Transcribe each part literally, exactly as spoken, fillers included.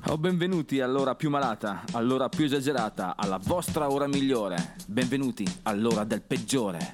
Oh, benvenuti all'ora più malata, all'ora più esagerata, alla vostra ora migliore. Benvenuti all'ora del peggiore.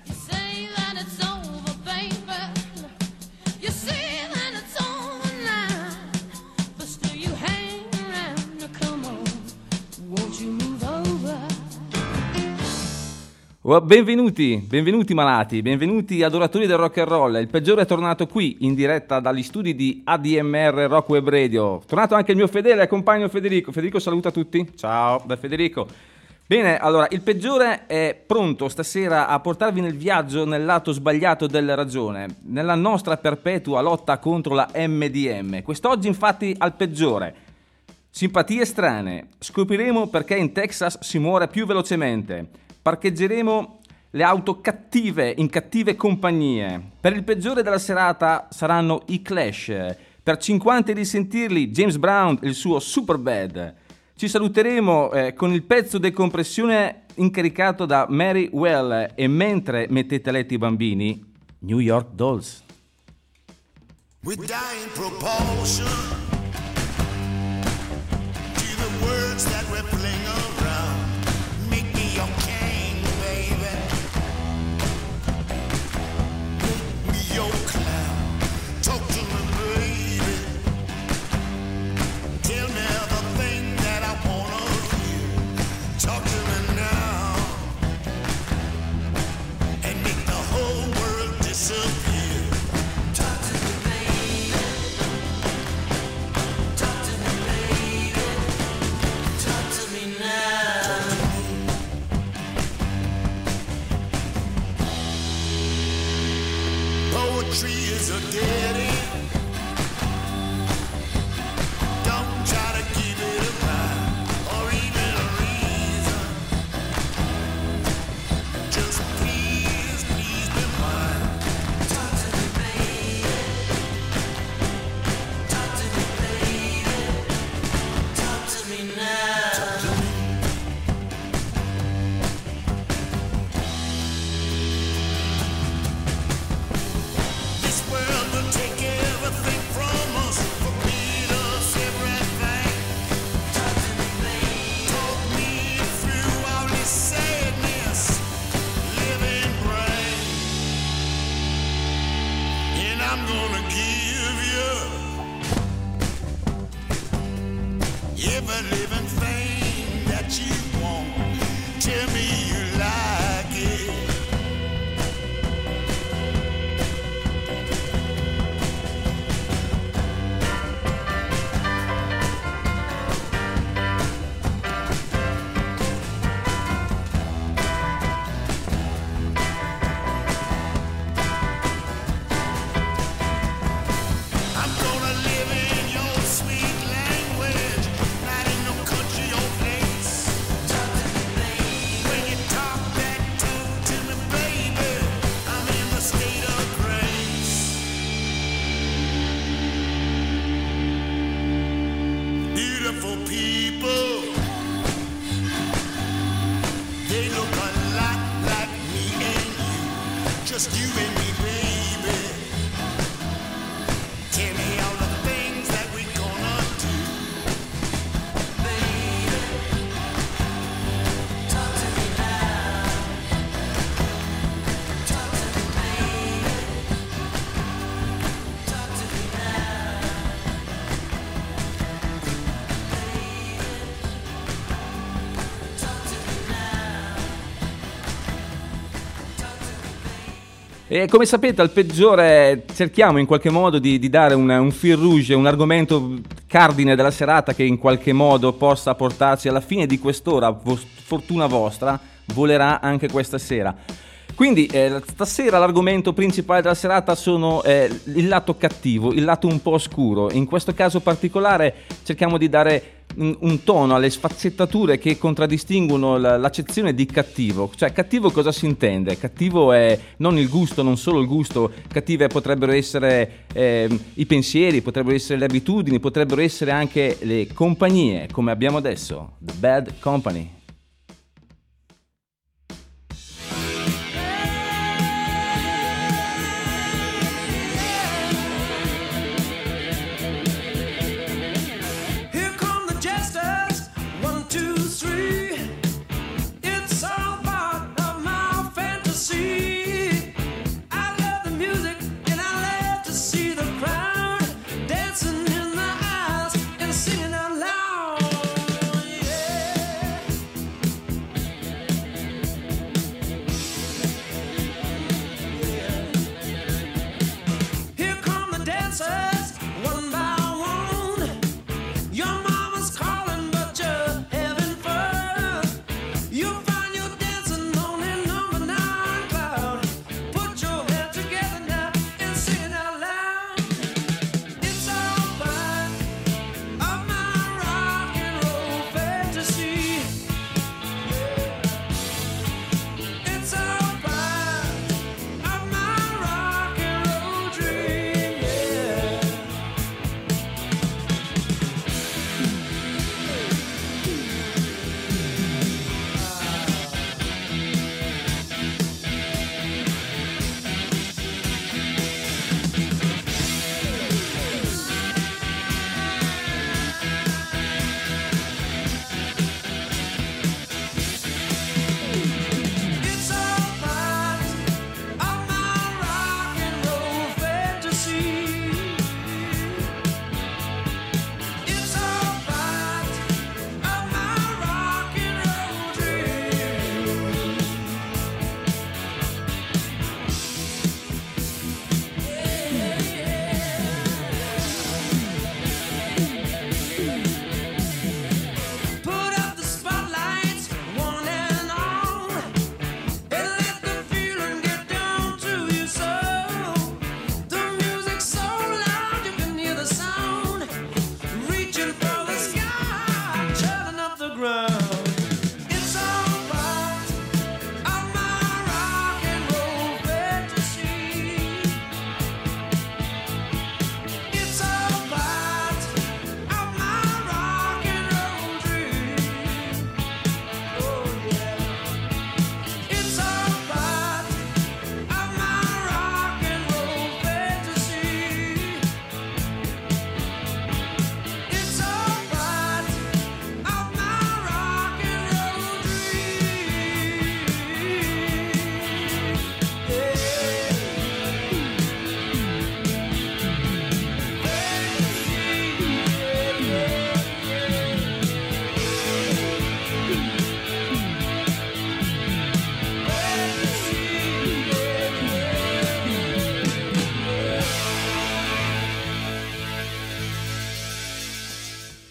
Oh, benvenuti, benvenuti malati, benvenuti adoratori del rock and roll. Il peggiore è tornato qui in diretta dagli studi di A D M R Rock Web Radio. Tornato anche il mio fedele compagno Federico. Federico saluta tutti. Ciao da Federico. Bene, allora il peggiore è pronto stasera a portarvi nel viaggio nel lato sbagliato della ragione, nella nostra perpetua lotta contro la M D M. Quest'oggi infatti al peggiore. Simpatie strane. Scopriremo perché in Texas si muore più velocemente. Parcheggeremo le auto cattive in cattive compagnie. Per il peggiore della serata saranno i Clash. Per cinquanta di sentirli, James Brown e il suo Superbad. Ci saluteremo eh, con il pezzo decompressione incaricato da Mary Well e mentre mettete a letto i bambini, New York Dolls. We die in proportion to the words that we're playing around. Make me your king, baby. Make me your clown. Talk to me, baby. Tell me the thing that I wanna hear. Talk to me now and make the whole world disappear. Talk to me, baby. Talk to me, baby. Talk to me now. Poetry is a dead end. Don't try to keep it a rhyme or even a reason. Just please, please be mine. Talk to me, baby. Talk to me, baby. Talk to me now. Talk to me. This world will take everything from us, forbid us everything. Talk to me, baby. Talk me through all this sadness, living brain. And I'm gonna give you every living thing that you want. Tell me you like it. I'm gonna live in your sweet language, not in no country or place. Talk to me, baby. When you talk that talk to me, baby, I'm in the state of grace. Beautiful people, they look a lot like me and you, just you and me, baby. Tell me all the things that we gonna do, baby. Talk to me now. Talk to me, baby. Talk to me now. Baby. Talk to me now. Talk to me, baby. E come sapete al peggiore cerchiamo in qualche modo di, di dare un, un fil rouge, un argomento cardine della serata che in qualche modo possa portarci alla fine di quest'ora. Vos- fortuna vostra, volerà anche questa sera. Quindi eh, stasera l'argomento principale della serata sono eh, il lato cattivo, il lato un po' oscuro. In questo caso particolare cerchiamo di dare un, un tono alle sfaccettature che contraddistinguono la- l'accezione di cattivo. Cioè cattivo cosa si intende? Cattivo è non il gusto, non solo il gusto. Cattive potrebbero essere eh, i pensieri, potrebbero essere le abitudini, potrebbero essere anche le compagnie, come abbiamo adesso, The Bad Company. Here come the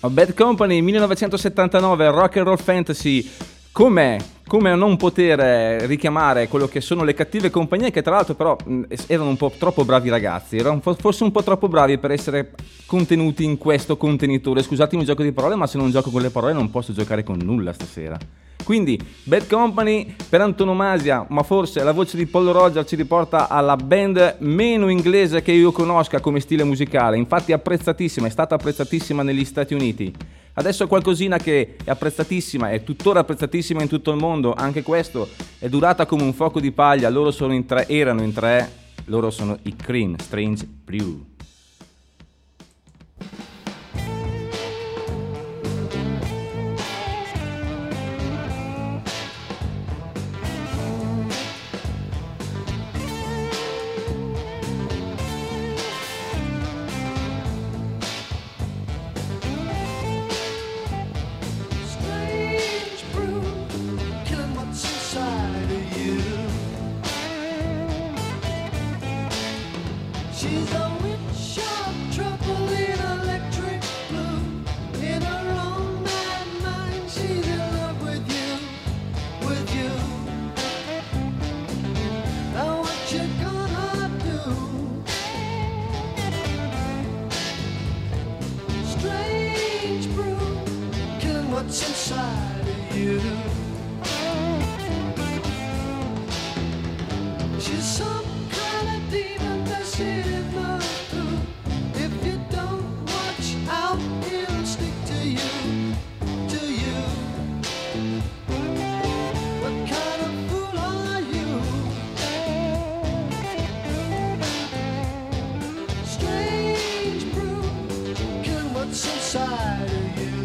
Bad Company millenovecentosettantanove, Rock and Roll Fantasy. Com'è? Come a non poter richiamare quello che sono le cattive compagnie, che tra l'altro però mh, erano un po' troppo bravi ragazzi, erano forse un po' troppo bravi per essere contenuti in questo contenitore. Scusatemi il gioco di parole, ma se non gioco con le parole non posso giocare con nulla stasera. Quindi Bad Company per antonomasia, ma forse la voce di Paul Roger ci riporta alla band meno inglese che io conosca come stile musicale, infatti apprezzatissima, è stata apprezzatissima negli Stati Uniti. Adesso qualcosina che è apprezzatissima, è tuttora apprezzatissima in tutto il mondo, anche questo è durata come un fuoco di paglia, loro sono in tre, erano in tre, loro sono i Cream, Strange Brew. She's a witch of trouble in electric blue. In her own mad mind, she's in love with you, with you. Now what you gonna do? Strange brew, killing what's inside of you. She's some kind of demon that's in the through. If you don't watch out, it'll stick to you, to you. What kind of fool are you? Strange brew, killing what's inside of you.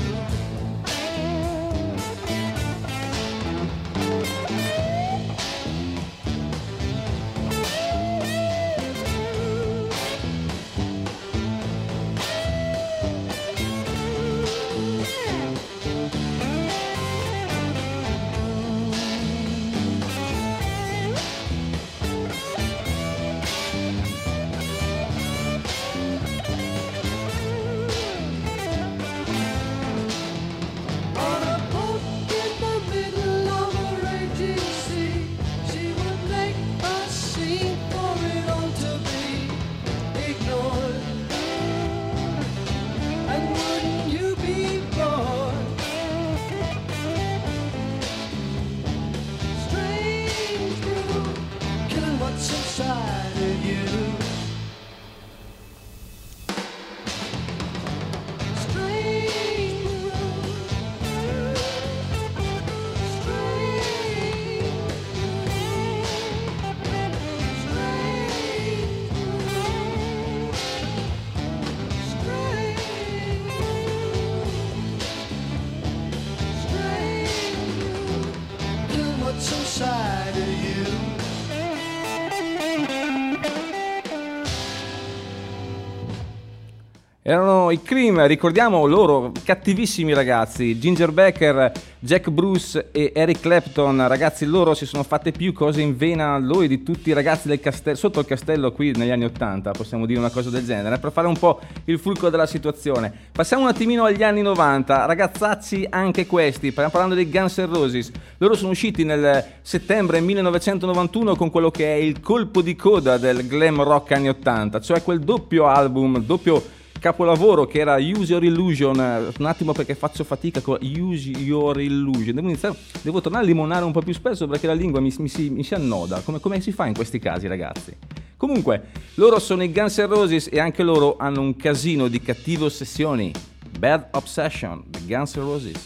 Erano i Cream, ricordiamo loro, cattivissimi ragazzi, Ginger Baker, Jack Bruce e Eric Clapton, ragazzi loro si sono fatte più cose in vena a loro di tutti i ragazzi del castello, sotto il castello qui negli anni ottanta, possiamo dire una cosa del genere, per fare un po' il fulcro della situazione. Passiamo un attimino agli anni novanta, ragazzacci anche questi, stiamo parlando dei Guns N' Roses, loro sono usciti nel settembre millenovecentonovantuno con quello che è il colpo di coda del glam rock anni ottanta, cioè quel doppio album, doppio capolavoro che era Use Your Illusion. Un attimo perché faccio fatica con Use Your Illusion, devo iniziare, devo tornare a limonare un po' più spesso perché la lingua mi, mi, si, mi si annoda, come, come si fa in questi casi ragazzi. Comunque loro sono i Guns N' Roses e anche loro hanno un casino di cattive ossessioni. Bad Obsession, the Guns N' Roses.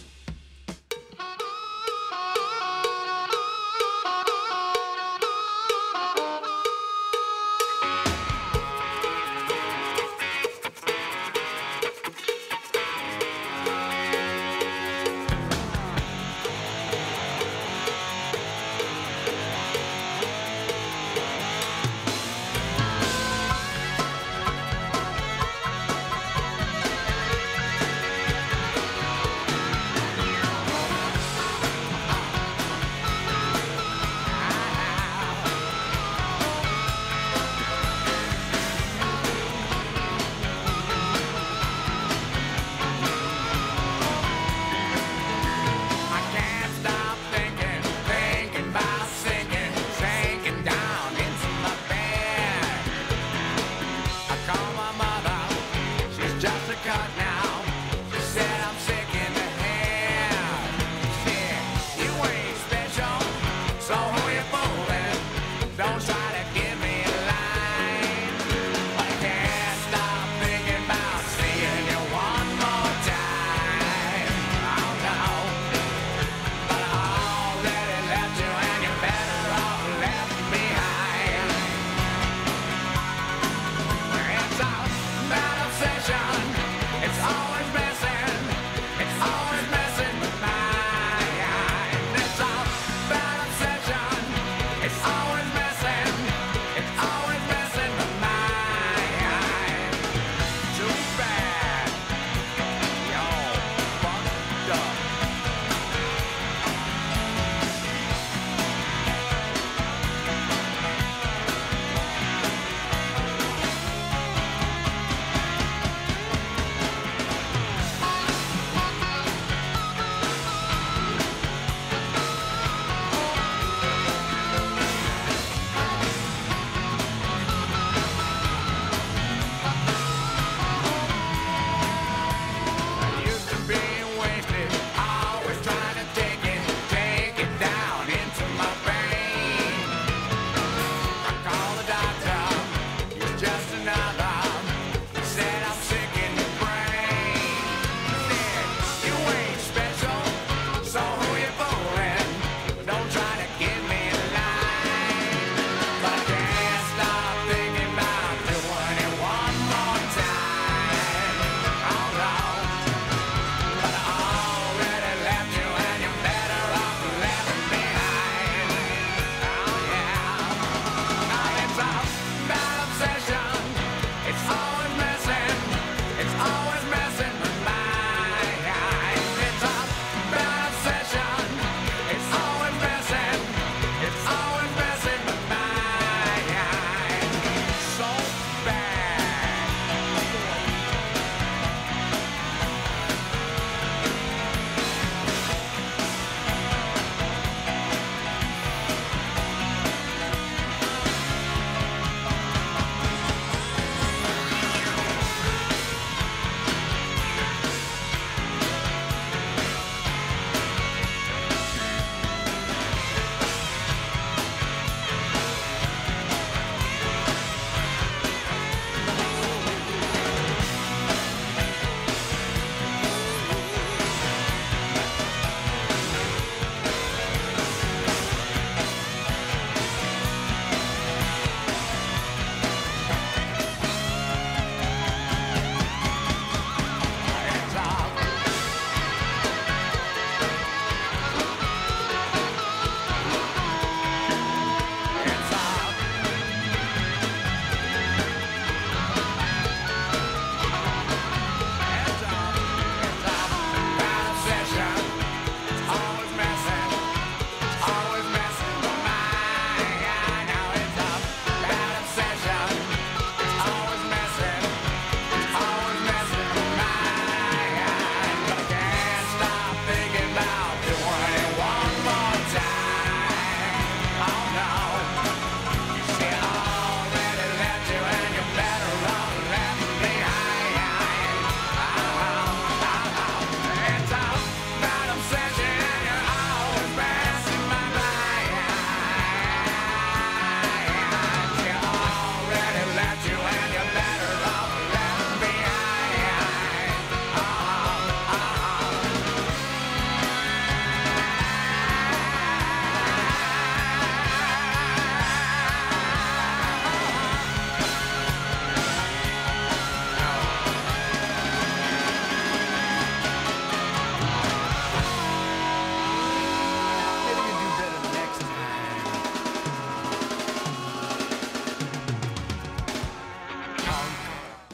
Strange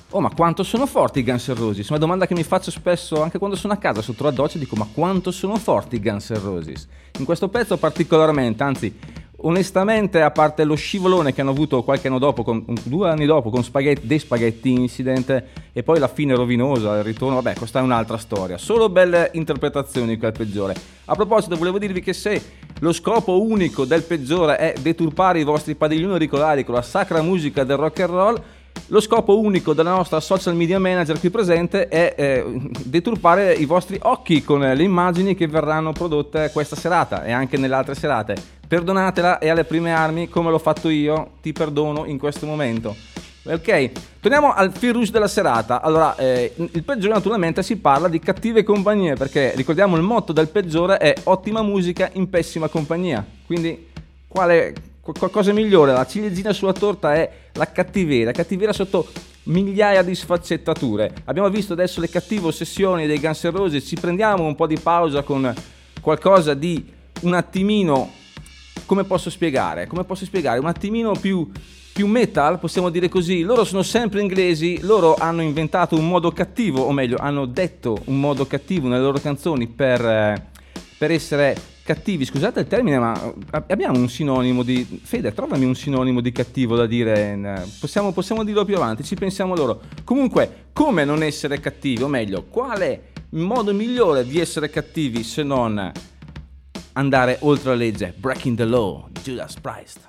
Oh, ma quanto sono forti i Guns N' Roses? Una domanda che mi faccio spesso anche quando sono a casa sotto la doccia, dico ma quanto sono forti i Guns N' Roses? In questo pezzo particolarmente, anzi onestamente, a parte lo scivolone che hanno avuto qualche anno dopo, con, due anni dopo, con Spaghetti, dei Spaghetti Incident, e poi la fine rovinosa, il ritorno, vabbè, questa è un'altra storia. Solo belle interpretazioni quel peggiore. A proposito, volevo dirvi che se lo scopo unico del peggiore è deturpare i vostri padiglioni auricolari con la sacra musica del rock and roll, lo scopo unico della nostra social media manager qui presente è eh, deturpare i vostri occhi con le immagini che verranno prodotte questa serata e anche nelle altre serate. Perdonatela, e alle prime armi, come l'ho fatto io, ti perdono in questo momento. Ok, torniamo al fil rouge della serata. Allora, eh, il peggiore naturalmente si parla di cattive compagnie, perché ricordiamo il motto del peggiore è ottima musica in pessima compagnia. Quindi quale qualcosa migliore, la ciliegina sulla torta è la cattiveria, la cattiveria sotto migliaia di sfaccettature. Abbiamo visto adesso le cattive ossessioni dei Guns N' Roses, ci prendiamo un po' di pausa con qualcosa di un attimino, come posso spiegare? Come posso spiegare? Un attimino più più metal, possiamo dire così. Loro sono sempre inglesi, loro hanno inventato un modo cattivo, o meglio, hanno detto un modo cattivo nelle loro canzoni per, eh, per essere cattivi. Scusate il termine, ma abbiamo un sinonimo di... Fede, trovami un sinonimo di cattivo da dire. Possiamo, possiamo dirlo più avanti, ci pensiamo loro. Comunque, come non essere cattivi, o meglio, qual è il modo migliore di essere cattivi se non andare oltre la legge? Breaking the law, Judas Priest.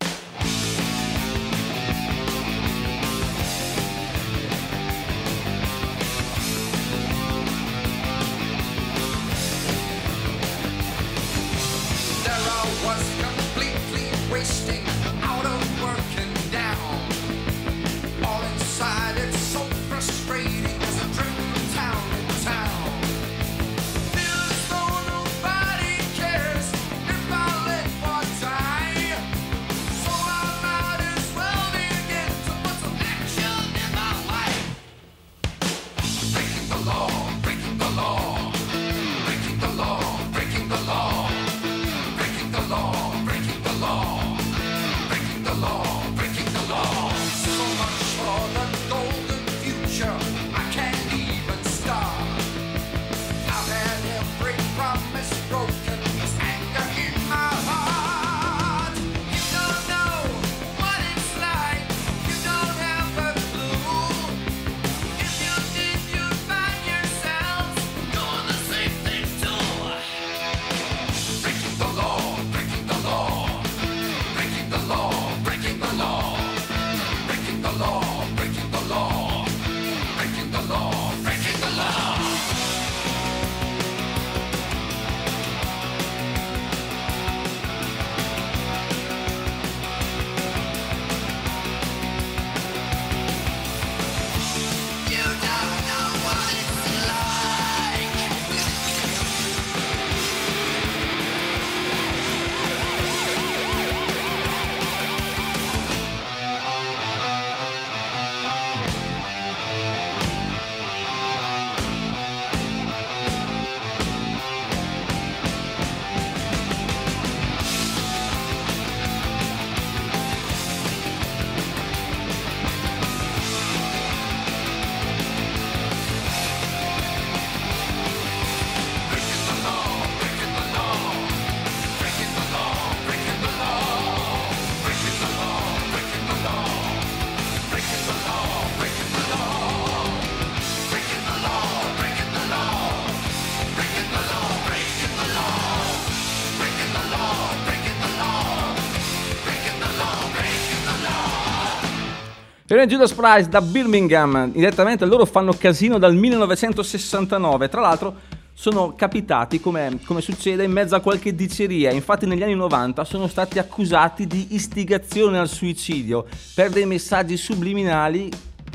Erano Judas Priest da Birmingham, direttamente. Loro fanno casino dal millenovecentosessantanove, tra l'altro sono capitati, come, come succede, in mezzo a qualche diceria. Infatti negli anni novanta sono stati accusati di istigazione al suicidio per dei messaggi subliminali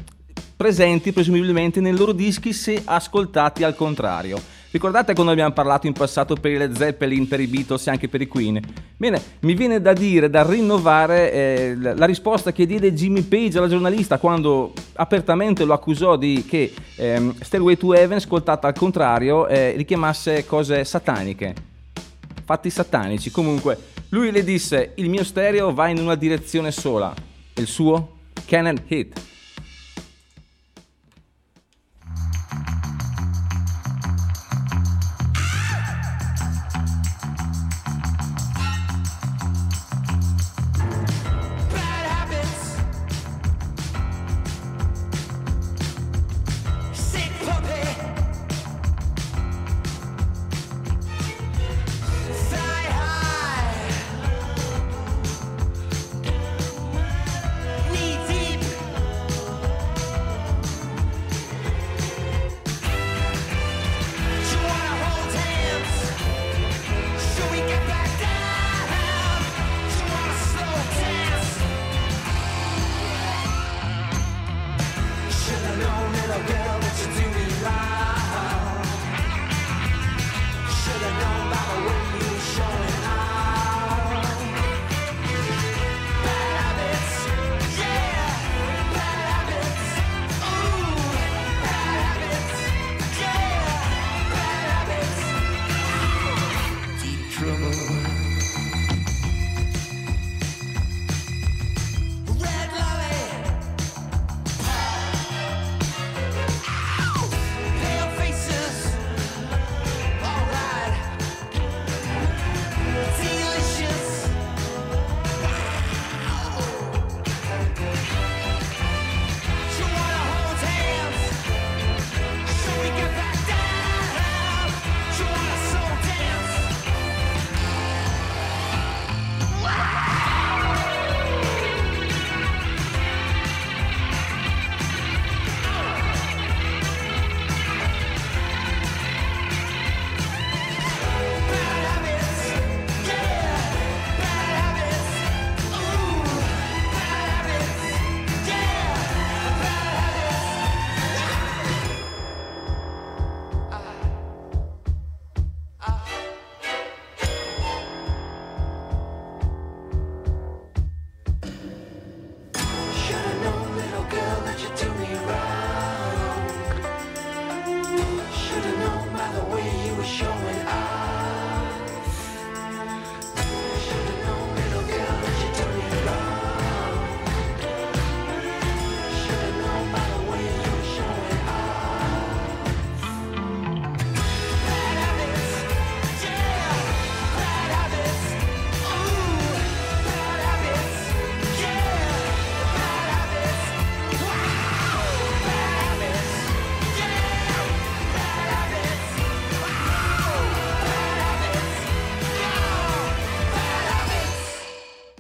presenti presumibilmente nei loro dischi se ascoltati al contrario. Ricordate quando abbiamo parlato in passato per i Led Zeppelin, per i Beatles e anche per i Queen? Bene, mi viene da dire, da rinnovare eh, la risposta che diede Jimmy Page alla giornalista quando apertamente lo accusò di che ehm, Stairway to Heaven, ascoltata al contrario, eh, richiamasse cose sataniche, fatti satanici. Comunque, lui le disse: il mio stereo va in una direzione sola, il suo Cannon Hit.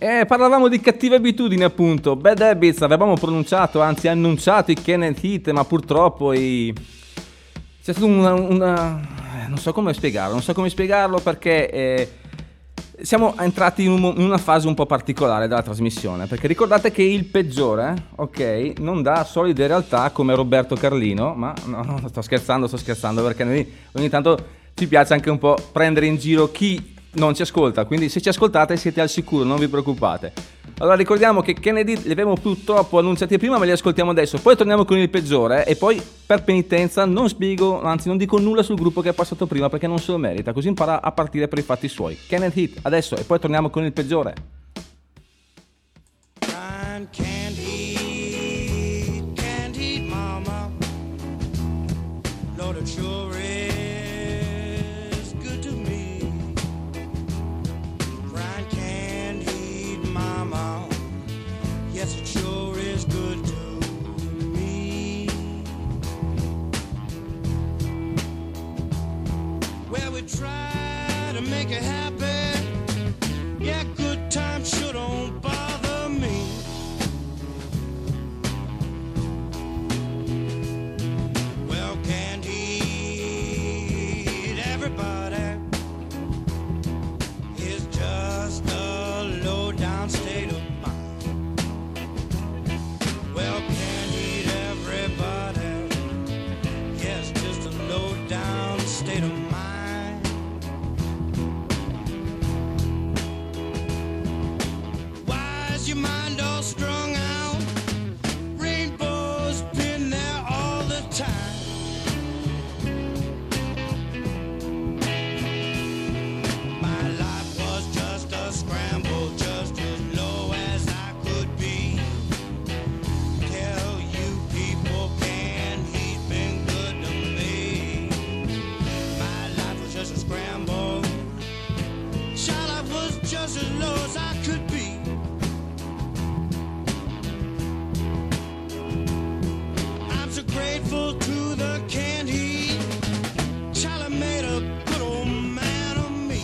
Eh, parlavamo di cattive abitudini, appunto. Bad habits, avevamo pronunciato, anzi annunciato i Kenneth Heat, ma purtroppo i... c'è stato una, una... non so come spiegarlo, non so come spiegarlo perché eh, siamo entrati in, un, in una fase un po' particolare della trasmissione, perché ricordate che il peggiore, ok, non dà solide realtà come Roberto Carlino, ma no, no, sto scherzando, sto scherzando, perché noi ogni tanto ci piace anche un po' prendere in giro chi non ci ascolta, quindi se ci ascoltate siete al sicuro, non vi preoccupate. Allora ricordiamo che Kennedy li abbiamo purtroppo annunciati prima, ma li ascoltiamo adesso, poi torniamo con il peggiore e poi per penitenza non spiego, anzi non dico nulla sul gruppo che è passato prima perché non se lo merita, così impara a partire per i fatti suoi. Kenneth Heat adesso e poi torniamo con il peggiore. Yes, it sure is good to me. Well, we try to make it happen. Yeah, good times sure don't bother me. Well, can't eat everybody is just a low down state of well, can't eat everybody. Yes, just a low down state of mind. Why is your mind all strung out? Rainbows been there all the time. My life was just a scramble, just as low as I could be. Just as low as I could be. I'm so grateful to the canned heat. Charlie made a good old man of me.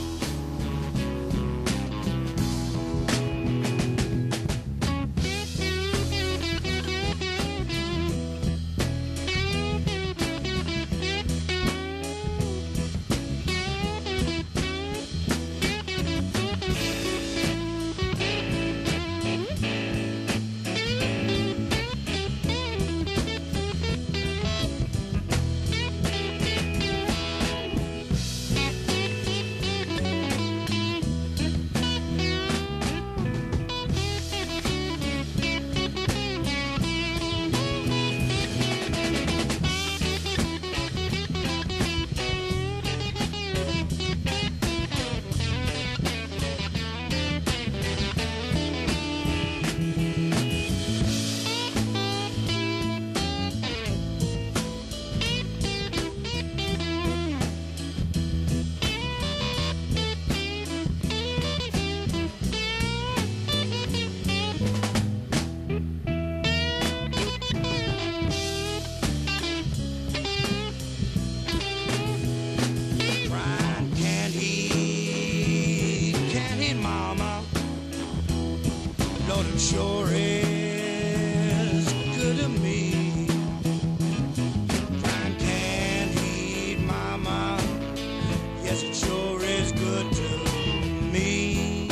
Sure is good to me. Trying can't eat, mama. Yes, it sure is good to me.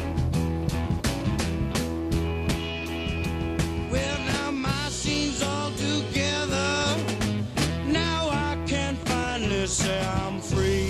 Well, now my scene's all together. Now I can finally say I'm free.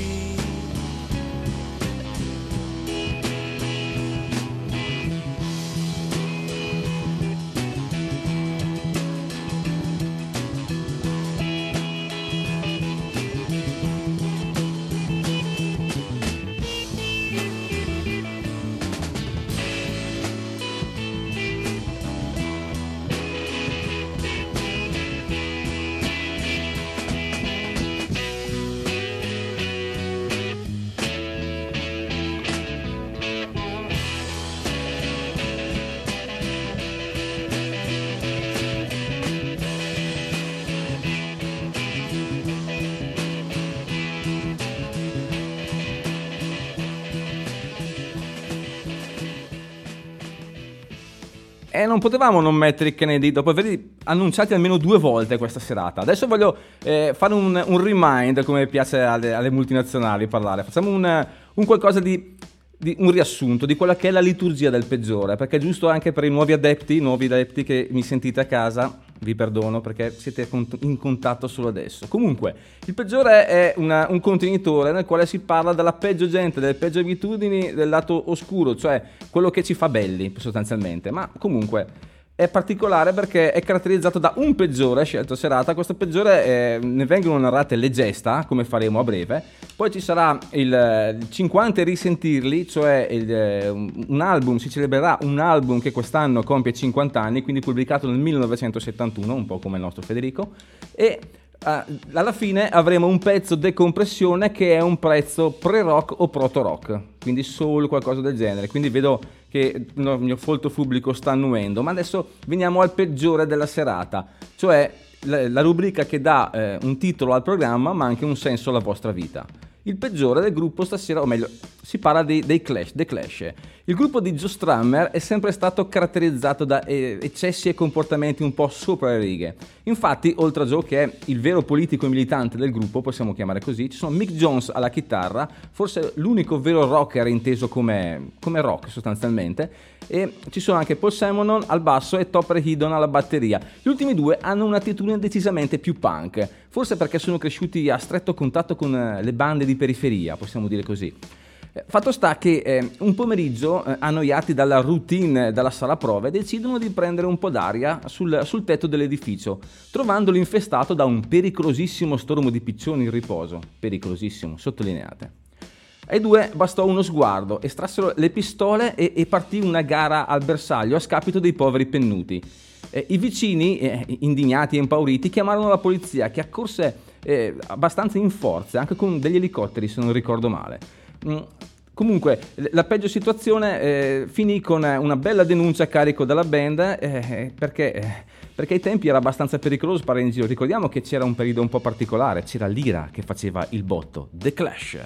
E non potevamo non mettere i Kennedy dopo averli annunciati almeno due volte questa serata. Adesso voglio eh, fare un, un remind, come piace alle, alle multinazionali parlare. Facciamo un, un qualcosa di, di un riassunto di quella che è la liturgia del peggiore, perché è giusto anche per i nuovi adepti, nuovi adepti che mi sentite a casa, vi perdono perché siete in contatto solo adesso. Comunque, il peggiore è una, un contenitore nel quale si parla della peggio gente, delle peggio abitudini, del lato oscuro, cioè quello che ci fa belli sostanzialmente. Ma comunque è particolare perché è caratterizzato da un peggiore scelto serata. Questo peggiore eh, ne vengono narrate le gesta, come faremo a breve. Poi ci sarà il, il cinquanta risentirli, cioè il, un album, si celebrerà un album che quest'anno compie cinquanta anni, quindi pubblicato nel millenovecentosettantuno, un po' come il nostro Federico, e uh, alla fine avremo un pezzo decompressione che è un pezzo pre-rock o proto-rock, quindi soul, qualcosa del genere. Quindi vedo che il mio folto pubblico sta annuendo, ma adesso veniamo al peggiore della serata, cioè la, la rubrica che dà eh, un titolo al programma ma anche un senso alla vostra vita. Il peggiore del gruppo stasera, o meglio, si parla dei, dei Clash, The Clash. Il gruppo di Joe Strummer è sempre stato caratterizzato da eh, eccessi e comportamenti un po' sopra le righe. Infatti, oltre a Joe, che è il vero politico militante del gruppo, possiamo chiamare così, ci sono Mick Jones alla chitarra, forse l'unico vero rocker inteso come, come rock sostanzialmente, e ci sono anche Paul Simonon al basso e Topper Headon alla batteria. Gli ultimi due hanno un'attitudine decisamente più punk, forse perché sono cresciuti a stretto contatto con le bande di periferia, possiamo dire così. Fatto sta che eh, un pomeriggio, eh, annoiati dalla routine dalla sala prove, decidono di prendere un po' d'aria sul, sul tetto dell'edificio, trovandolo infestato da un pericolosissimo stormo di piccioni in riposo. Pericolosissimo, sottolineate. Ai due bastò uno sguardo, estrassero le pistole e, e partì una gara al bersaglio a scapito dei poveri pennuti. Eh, I vicini, eh, indignati e impauriti, chiamarono la polizia, che accorse eh, abbastanza in forza, anche con degli elicotteri se non ricordo male. Mm. Comunque la peggio situazione eh, finì con una bella denuncia a carico della band eh, perché, eh, perché ai tempi era abbastanza pericoloso sparare in giro. Ricordiamo che c'era un periodo un po' particolare, c'era l'Ira che faceva il botto, The Clash.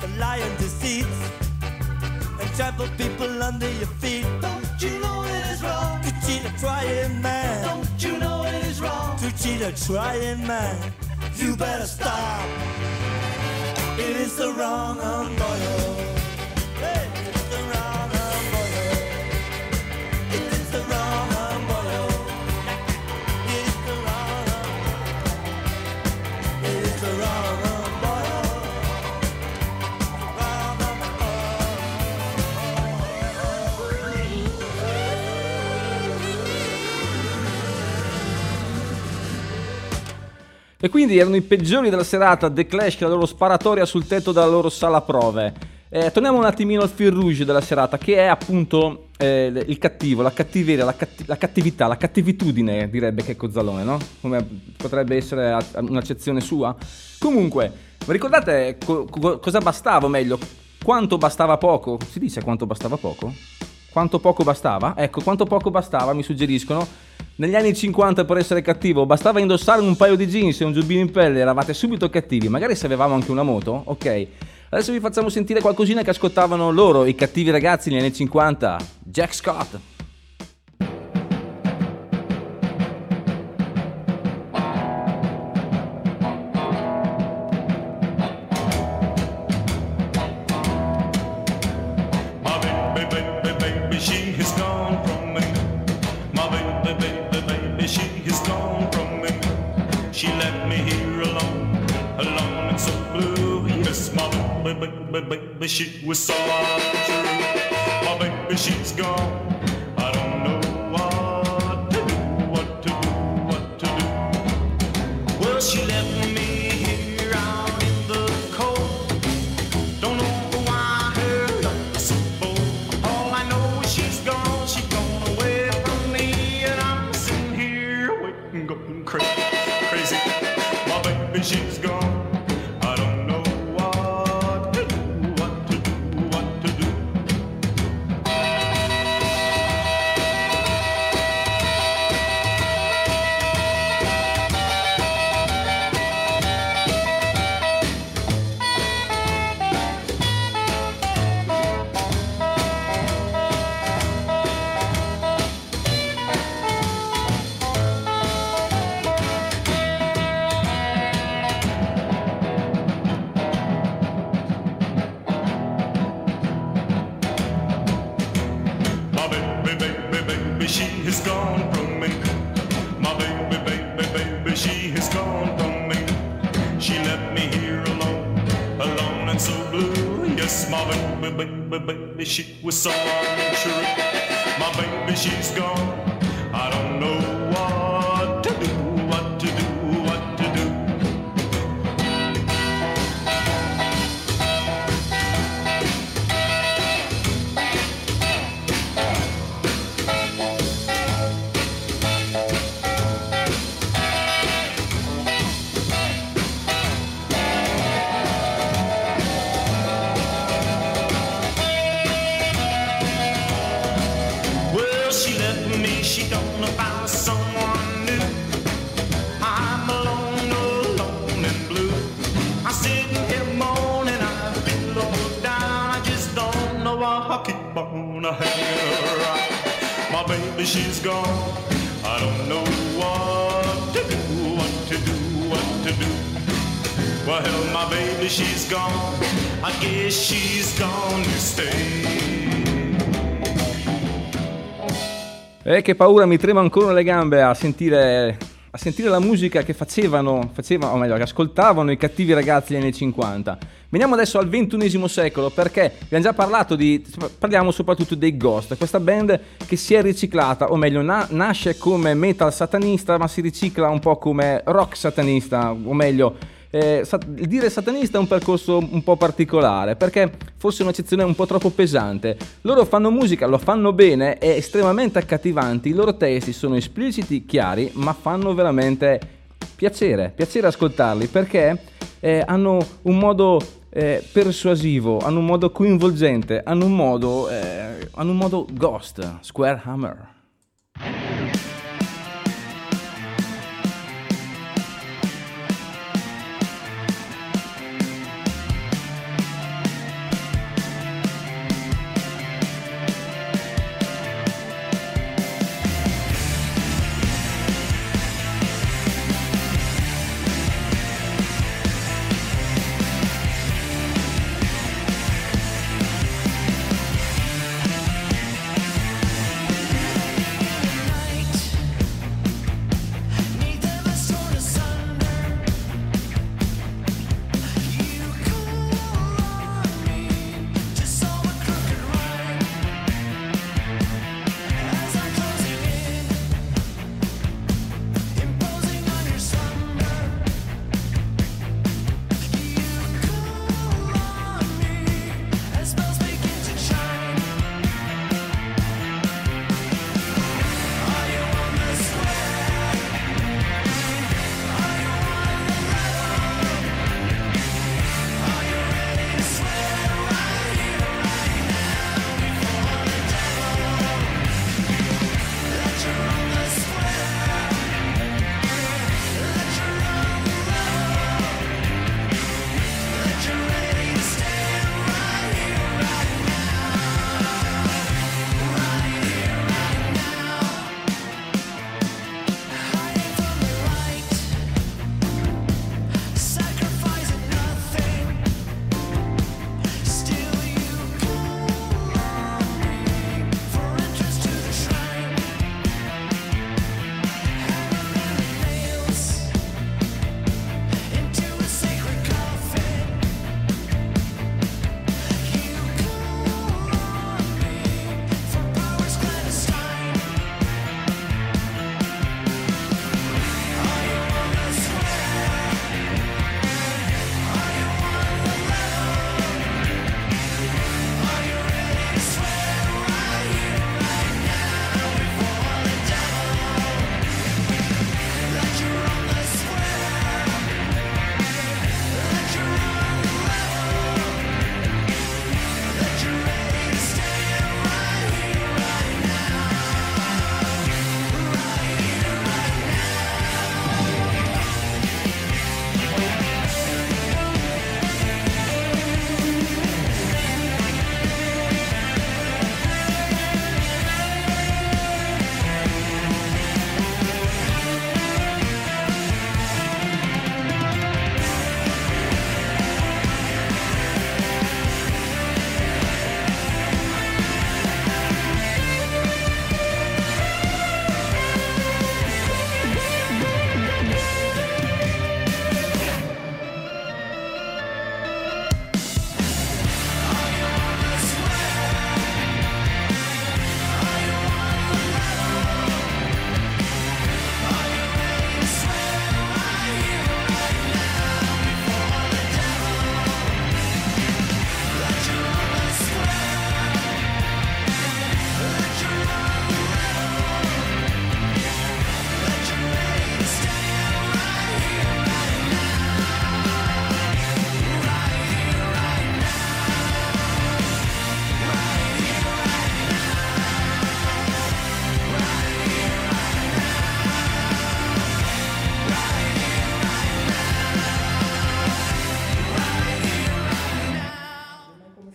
Trample people under your feet. Don't you know it is wrong? cheat or try and mine, you better stop. It is the wrong umbrella. Hey, it's the wrong umbrella. It is the wrong umbrella. It is the wrong umbrella. It is the wrong umbrella. Wrong E quindi erano i peggiori della serata, The Clash, che la loro sparatoria sul tetto della loro sala prove. Eh, torniamo un attimino al fil rouge della serata, che è appunto eh, il cattivo, la cattiveria, la, catti- la cattività, la cattivitudine, direbbe Checco Zalone, no? Come potrebbe essere a- un'accezione sua. Comunque, vi ricordate co- co- cosa bastava, o meglio, quanto bastava poco? Si dice quanto bastava poco? Quanto poco bastava? Ecco, quanto poco bastava, mi suggeriscono. Negli anni cinquanta, per essere cattivo, bastava indossare un paio di jeans e un giubbino in pelle, eravate subito cattivi. Magari se avevamo anche una moto, ok. Adesso vi facciamo sentire qualcosina che ascoltavano loro, i cattivi ragazzi negli anni cinquanta. Jack Scott. My baby, baby, baby, she has gone from me. My baby, baby, baby, she has gone from me. She left me here alone, alone and so blue. Yes, my baby, baby, baby, she was so untrue. My baby, she's gone. I don't know what to do, what to do, what to do. Well, she left me here out in the cold. Don't know why her love is so bold. All I know is she's gone, she's gone away from me, and I'm sitting here waiting, going crazy, crazy. My baby, she's gone. I don't know what to do, what to do, what to do. My baby, baby, baby, she has gone from me. My baby, baby, baby, she has gone from me. She left me here alone, alone and so blue. Yes, my baby, baby, baby, she was so untrue. My baby, she's gone. I don't know what to do, what to do, what to do. Well, she left me, she don't find someone new. I'm alone, alone and blue. I'm sitting here moaning, I feel all down. I just don't know why I keep on hanging around. My baby, she's gone. I don't know what to do, what to do, what to do. Well, my baby, she's gone. I guess she's gone to stay. Eh, che paura, mi trema ancora le gambe a sentire, a sentire la musica che facevano, facevano, o meglio, che ascoltavano i cattivi ragazzi negli anni cinquanta. Veniamo adesso al ventunesimo secolo, perché abbiamo già parlato di, parliamo soprattutto dei Ghost, questa band che si è riciclata, o meglio, na- nasce come metal satanista, ma si ricicla un po' come rock satanista, o meglio, Eh, sat- dire satanista è un percorso un po' particolare, perché forse è un'accezione un po' troppo pesante. Loro fanno musica, lo fanno bene, è estremamente accattivanti, i loro testi sono espliciti, chiari, ma fanno veramente piacere, piacere ascoltarli, perché eh, hanno un modo eh, persuasivo, hanno un modo coinvolgente, hanno un modo, eh, hanno un modo Ghost, Square Hammer.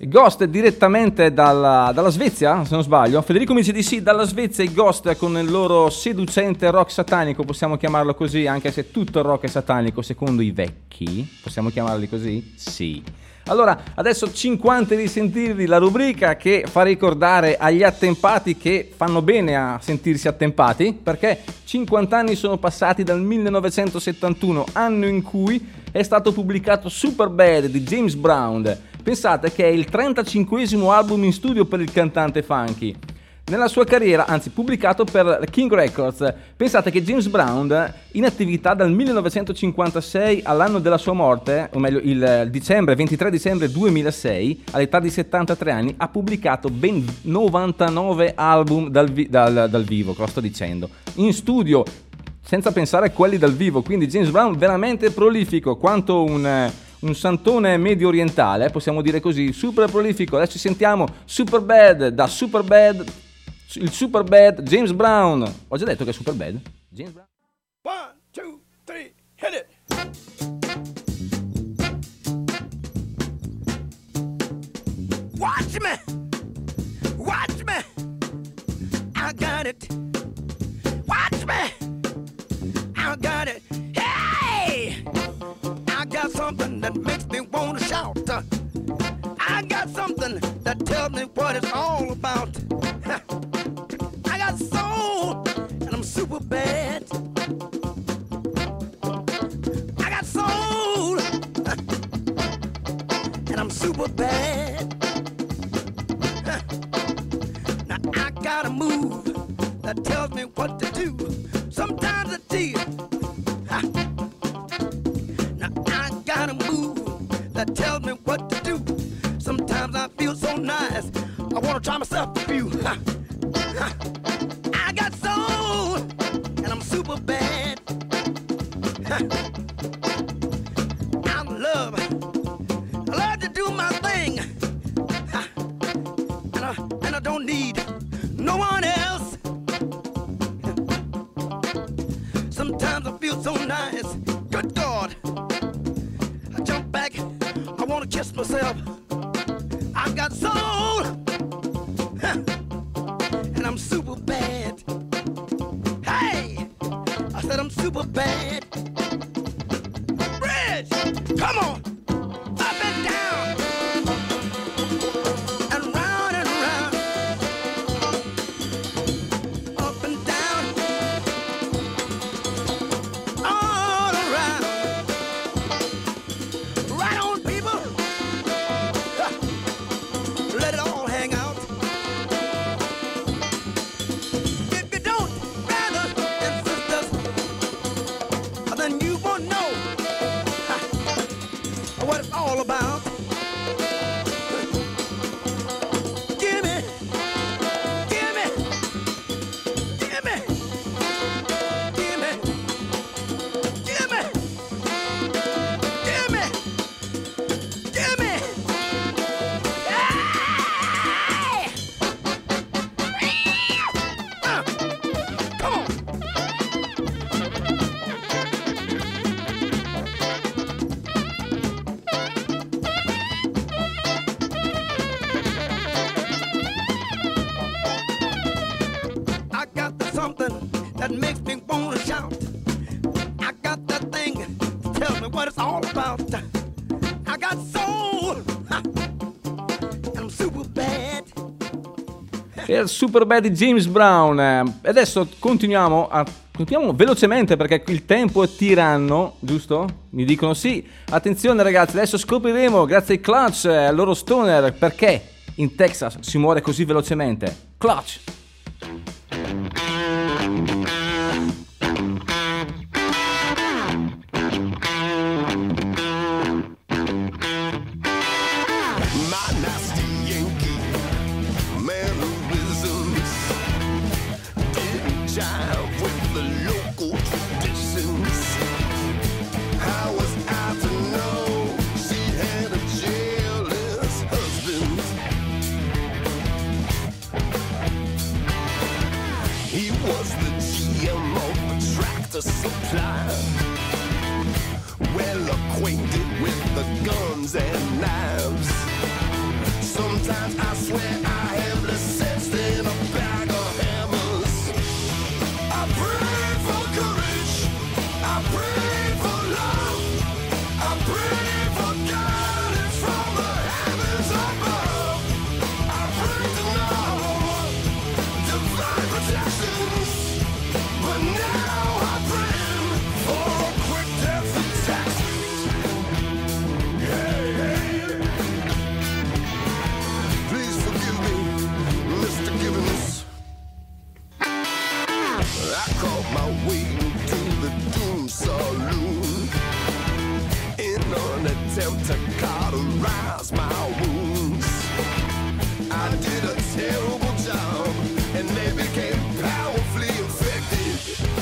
Ghost direttamente dalla, dalla Svezia, se non sbaglio. Federico mi dice di sì, dalla Svezia i Ghost con il loro seducente rock satanico, possiamo chiamarlo così, anche se tutto il rock è satanico secondo i vecchi, possiamo chiamarli così? Sì. Allora, adesso cinquanta di sentirvi, la rubrica che fa ricordare agli attempati che fanno bene a sentirsi attempati, perché cinquanta anni sono passati dal millenovecentosettantuno, anno in cui è stato pubblicato Superbad di James Brown. Pensate che è il trentacinquesimo album in studio per il cantante funky nella sua carriera, anzi pubblicato per King Records. Pensate che James Brown, in attività dal millenovecentocinquantasei all'anno della sua morte, o meglio il dicembre, ventitré dicembre duemilasei, all'età di settantatré anni, ha pubblicato ben novantanove album dal, vi- dal, dal vivo, cosa sto dicendo, in studio, senza pensare a quelli dal vivo. Quindi James Brown veramente prolifico, quanto un... un santone medio orientale, possiamo dire così, super prolifico. Adesso ci sentiamo Superbad da Superbad, il Superbad James Brown. Ho già detto che è Superbad James Brown. One, two, three, hit it! Watch me! Watch me! I got it! Watch me! I got it! Hey! I got something that makes me want to shout. I got something that tells me what it's all about. I got soul, and I'm super bad. I got soul, and I'm super bad. Now I got a move that tells me what to do. Sometimes it's tears. Got a move that tells me what to do. Sometimes I feel so nice, I wanna try myself a few. I got soul, and I'm super bad. I love, I love to do my thing, and I, and I don't need no one else. Sometimes I feel so nice, good God. Back, I wanna kiss myself. I got soul, and I'm super bad. Hey, I said I'm super bad. Bridge, come on, up and down, and round and round, up and down, all around. Right on, people. Let it all hang out. If you don't, brothers and sisters, then you won't know what it's all about. Give me, give me, give me, give me, give me, give me. Gimme! Hey! Uh, come on! I got the something that makes me wanna shout. I got that thing to tell me what it's all about. I got soul, and I'm super bad. E il Superbad di James Brown. E adesso continuiamo a continuiamo velocemente perché il tempo è tiranno, giusto? Mi dicono sì. Attenzione ragazzi, adesso scopriremo grazie ai Clutch, al loro stoner, perché in Texas si muore così velocemente. Clutch. Supply, well acquainted with the guns and knives. Sometimes I swear I have less sense than a bag of hammers. I pray for courage, I pray for love, I pray for guidance from the heavens above. I pray to know divine protections, but now I'm praying for a quick death attack. Hey, hey. Please forgive me, Mister Gibbons. I caught my way to the Doom Saloon in an attempt to cauterize my wounds. I did a terrible job and they became powerfully infected.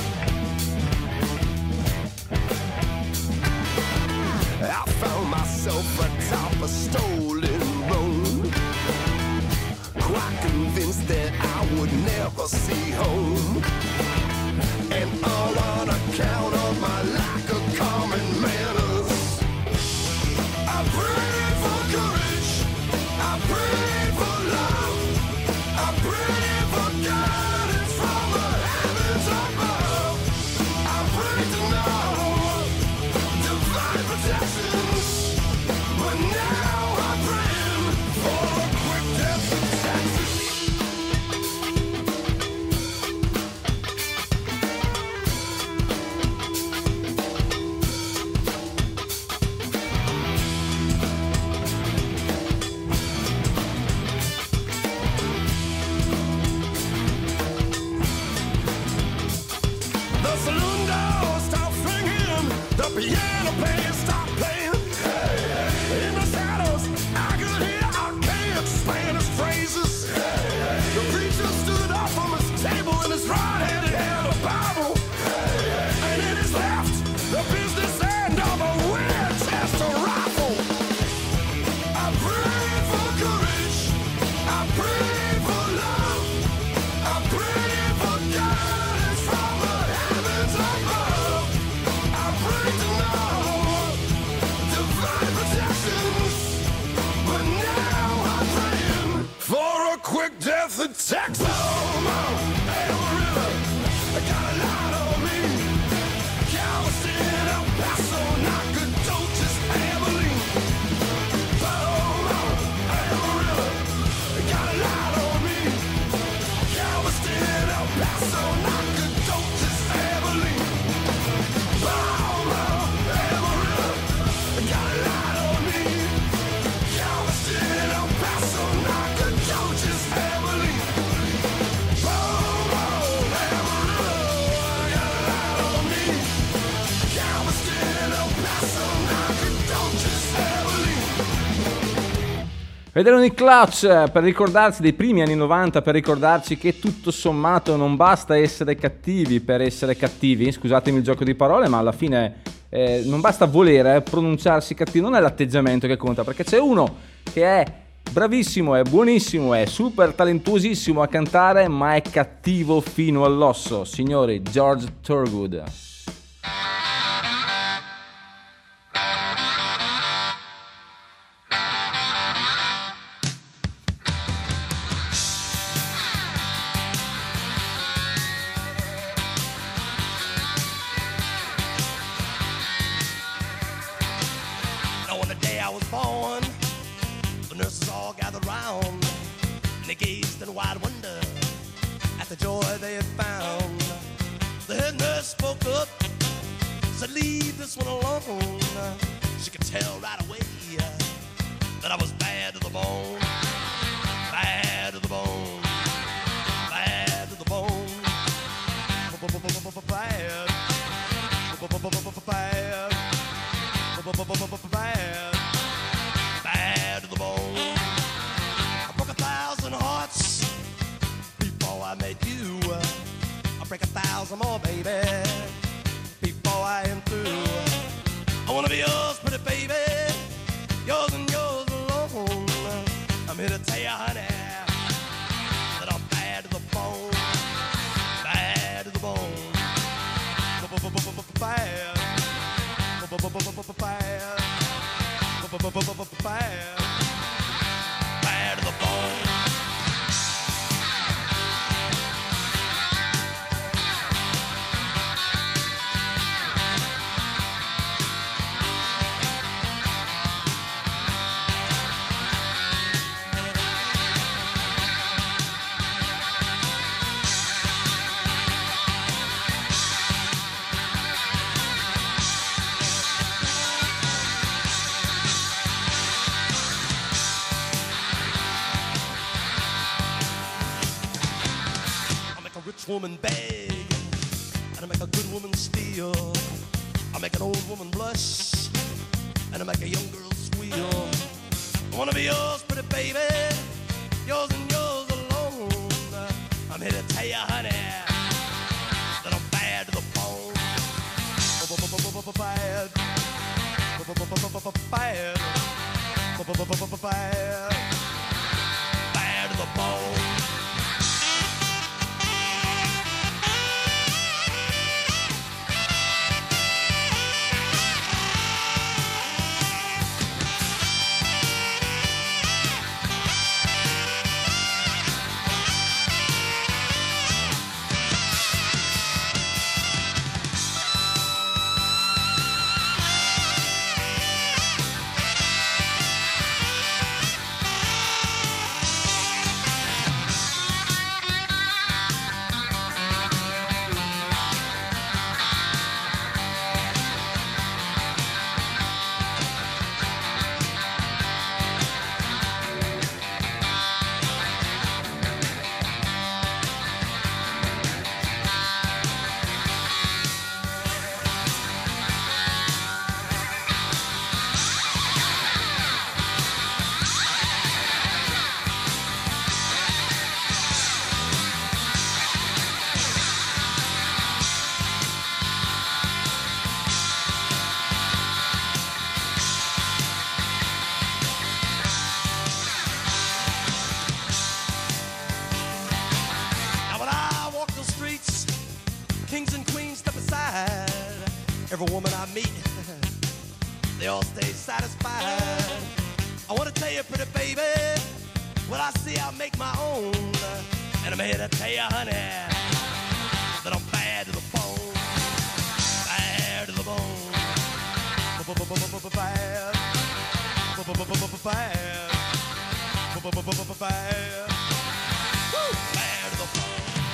I found myself atop a stolen road, quite convinced that I would never see home. And all on account of my lack of common manners. I pray for courage, I pray for love, I pray for guidance from the heavens above. I pray to know divine protections, but now I'm praying for a quick death attack. The saloon door stopped ringing, the piano player stopped playing. In the shadows, I could hear archaic Spanish phrases. The preacher stood up from his table in his right hand he held a Bible. And in his left, the business end of a Winchester rifle. I pray for courage, I pray for love, I pray for guidance from the heavens above. I pray to know divine protections, but now I'm praying for a quick death attack. Oh, Amarillo, I got a lot on me. Galveston, El Paso, Nacogdoches, Abilene. Oh, Amarillo, I got a lot on me. Galveston, El Paso, Nacogdoches, Abilene. Oh, Amarillo, I got a lot on me. Galveston, El Paso, Nacogdoches, Abilene. Oh, Amarillo, I got a lot on me. Galveston, El Paso, Nacogdoches, Abilene. Ed erano i Clutch per ricordarsi dei primi anni novanta, per ricordarci che tutto sommato non basta essere cattivi per essere cattivi, scusatemi il gioco di parole, ma alla fine eh, non basta volere pronunciarsi cattivi, non è l'atteggiamento che conta, perché c'è uno che è bravissimo, è buonissimo, è super talentuosissimo a cantare, ma è cattivo fino all'osso. Signori, George Thorogood. Now on the day I was born, the nurses all gathered round, and they gazed in wide wonder at the joy they had found. The head nurse spoke up, said, "Leave this one alone." She could tell right away that I was bad to the bone, bad to the bone, bad to the bone, bad, bad, bad, bad to the bone. I broke a thousand hearts before I met you. I break a thousand more, baby, before I am through. I wanna be yours, pretty baby, yours and yours alone. I'm here to tell you, honey, that I'm bad to the bone, bad to the bone, bad, bad, bad, bad Woman beg, and I make a good woman steal. I make an old woman blush, and I make a young girl squeal. I wanna be yours, pretty baby, yours and yours alone. I'm here to tell you, honey, that I'm bad to the bone. Bad, bad, bad, bad to the bone. Every woman I meet, they all stay satisfied. I want to tell you, pretty baby, what I see I make my own. And I'm here to tell you, honey, that I'm bad to the bone. Bad to the bone. Bad. Bad. Bad. Woo! Bad to the bone.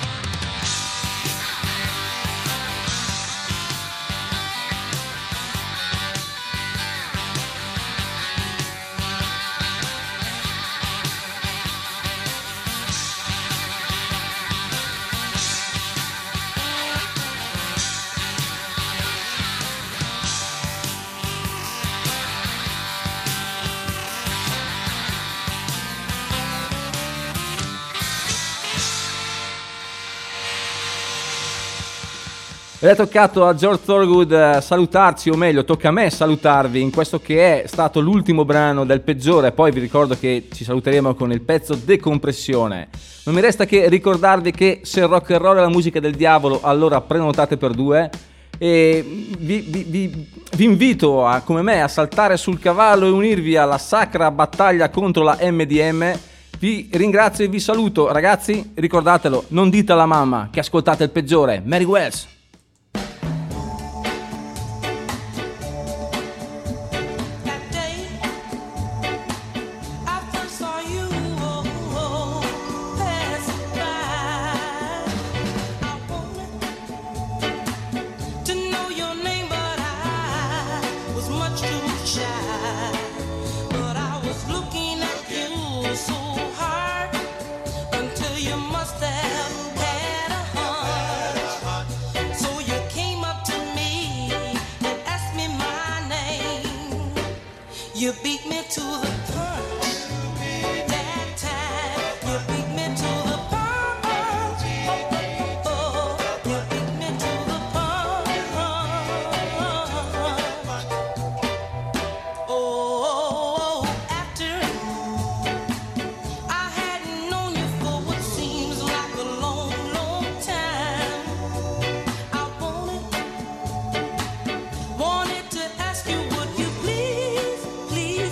Ed è toccato a George Thorogood eh, salutarci, o meglio tocca a me salutarvi in questo che è stato l'ultimo brano del Peggiore. Poi vi ricordo che ci saluteremo con il pezzo Decompressione. Non mi resta che ricordarvi che se il rock and roll è la musica del diavolo, allora prenotate per due. E vi, vi, vi, vi invito a, come me, a saltare sul cavallo e unirvi alla sacra battaglia contro la M D M. Vi ringrazio e vi saluto, ragazzi. Ricordatelo, non dite alla mamma che ascoltate il Peggiore. Mary Wells. You beat me to the punch that time. You beat me to the punch. Oh, you beat me to the punch. Oh, after I hadn't known you for what seems like a long, long time, I wanted, wanted to ask you, would you please? Please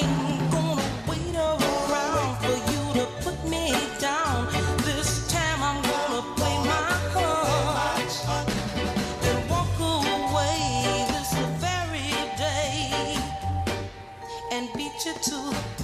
ain't gonna wait around for you to put me down. This time I'm gonna play my part and walk away this very day and beat you to the